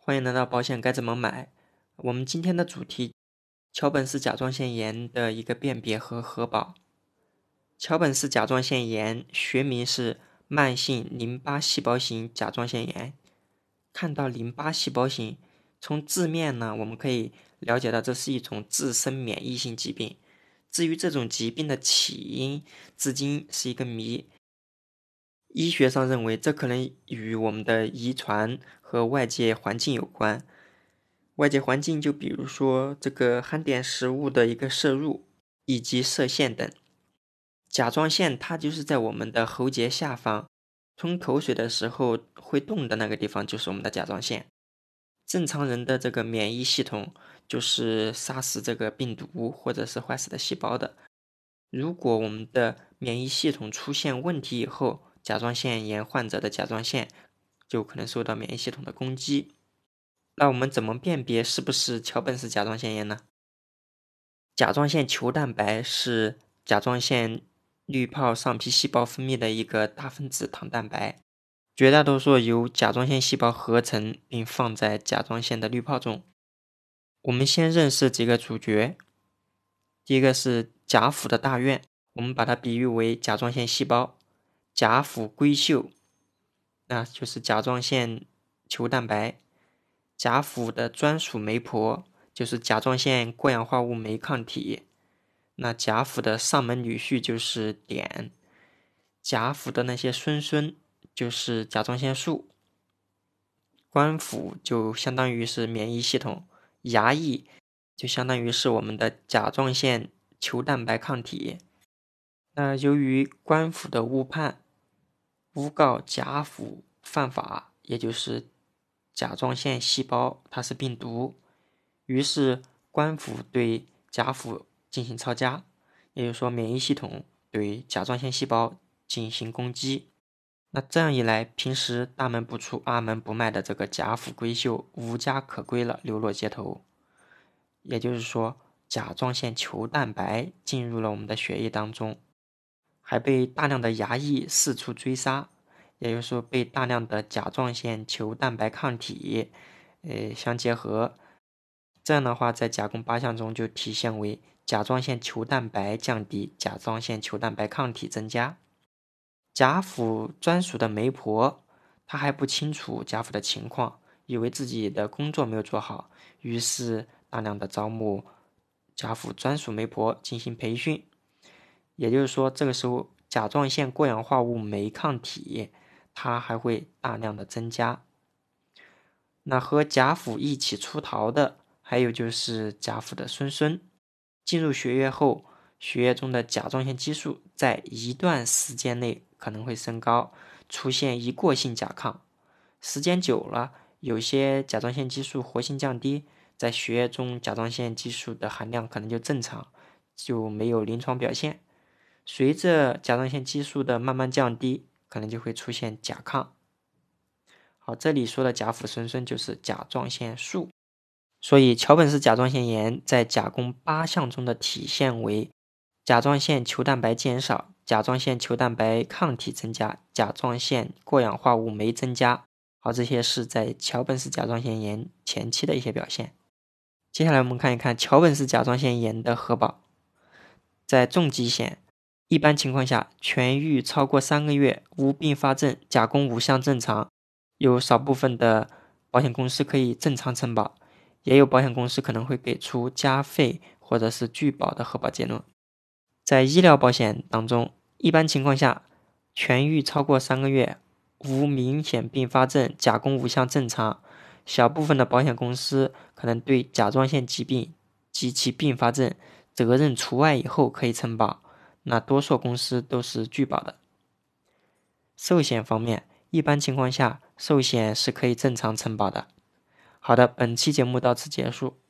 欢迎来到保险该怎么买。我们今天的主题：桥本氏甲状腺炎的一个辨别和核保。桥本氏甲状腺炎学名是慢性淋巴细胞型甲状腺炎。看到淋巴细胞型，从字面呢，我们可以了解到这是一种自身免疫性疾病。至于这种疾病的起因，至今是一个谜。医学上认为，这可能与我们的遗传和外界环境有关。外界环境就比如说这个含碘食物的一个摄入以及射线等。甲状腺它就是在我们的喉结下方，吞口水的时候会动的那个地方就是我们的甲状腺。正常人的这个免疫系统就是杀死这个病毒或者是坏死的细胞的。如果我们的免疫系统出现问题以后，甲状腺炎患者的甲状腺就可能受到免疫系统的攻击。那我们怎么辨别是不是桥本氏甲状腺炎呢？甲状腺球蛋白是甲状腺滤泡上皮细胞分泌的一个大分子糖蛋白，绝大多数由甲状腺细胞合成并放在甲状腺的滤泡中。我们先认识几个主角。第一个是甲府的大院，我们把它比喻为甲状腺细胞。甲府硅秀，那就是甲状腺球蛋白。甲府的专属媒婆就是甲状腺过氧化物酶抗体。那甲府的上门女婿就是碘。甲府的那些孙就是甲状腺素。官府就相当于是免疫系统，衙役就相当于是我们的甲状腺球蛋白抗体。那由于官府的误判，诬告甲府犯法，也就是甲状腺细胞它是病毒，于是官府对甲府进行抄家，也就是说免疫系统对甲状腺细胞进行攻击。那这样一来，平时大门不出二门不迈的这个甲府闺秀无家可归了，流落街头。也就是说，甲状腺球蛋白进入了我们的血液当中，还被大量的衙役四处追杀，也就是说被大量的甲状腺球蛋白抗体相结合。这样的话，在甲功8项中就体现为甲状腺球蛋白降低，甲状腺球蛋白抗体增加。甲府专属的媒婆，她还不清楚甲府的情况，以为自己的工作没有做好，于是大量的招募甲府专属媒婆进行培训。也就是说，这个时候甲状腺过氧化物酶抗体它还会大量的增加。那和甲府一起出逃的还有就是甲府的孙，进入血液后，血液中的甲状腺激素在一段时间内可能会升高，出现一过性甲亢。时间久了，有些甲状腺激素活性降低，在血液中甲状腺激素的含量可能就正常，就没有临床表现。随着甲状腺激素的慢慢降低，可能就会出现甲亢。好，这里说的甲府孙就是甲状腺素。所以桥本氏甲状腺炎在甲功8项中的体现为甲状腺球蛋白减少、甲状腺球蛋白抗体增加、甲状腺过氧化物酶增加。好，这些是在桥本氏甲状腺炎前期的一些表现。接下来我们看一看桥本氏甲状腺炎的核保。在重疾险，一般情况下痊愈超过3个月，无并发症，甲功5项正常，有少部分的保险公司可以正常承保，也有保险公司可能会给出加费或者是拒保的核保结论。在医疗保险当中，一般情况下痊愈超过3个月，无明显并发症，甲功5项正常，小部分的保险公司可能对甲状腺疾病及其并发症责任除外以后可以承保，那多数公司都是拒保的。寿险方面，一般情况下寿险是可以正常承保的。好的，本期节目到此结束。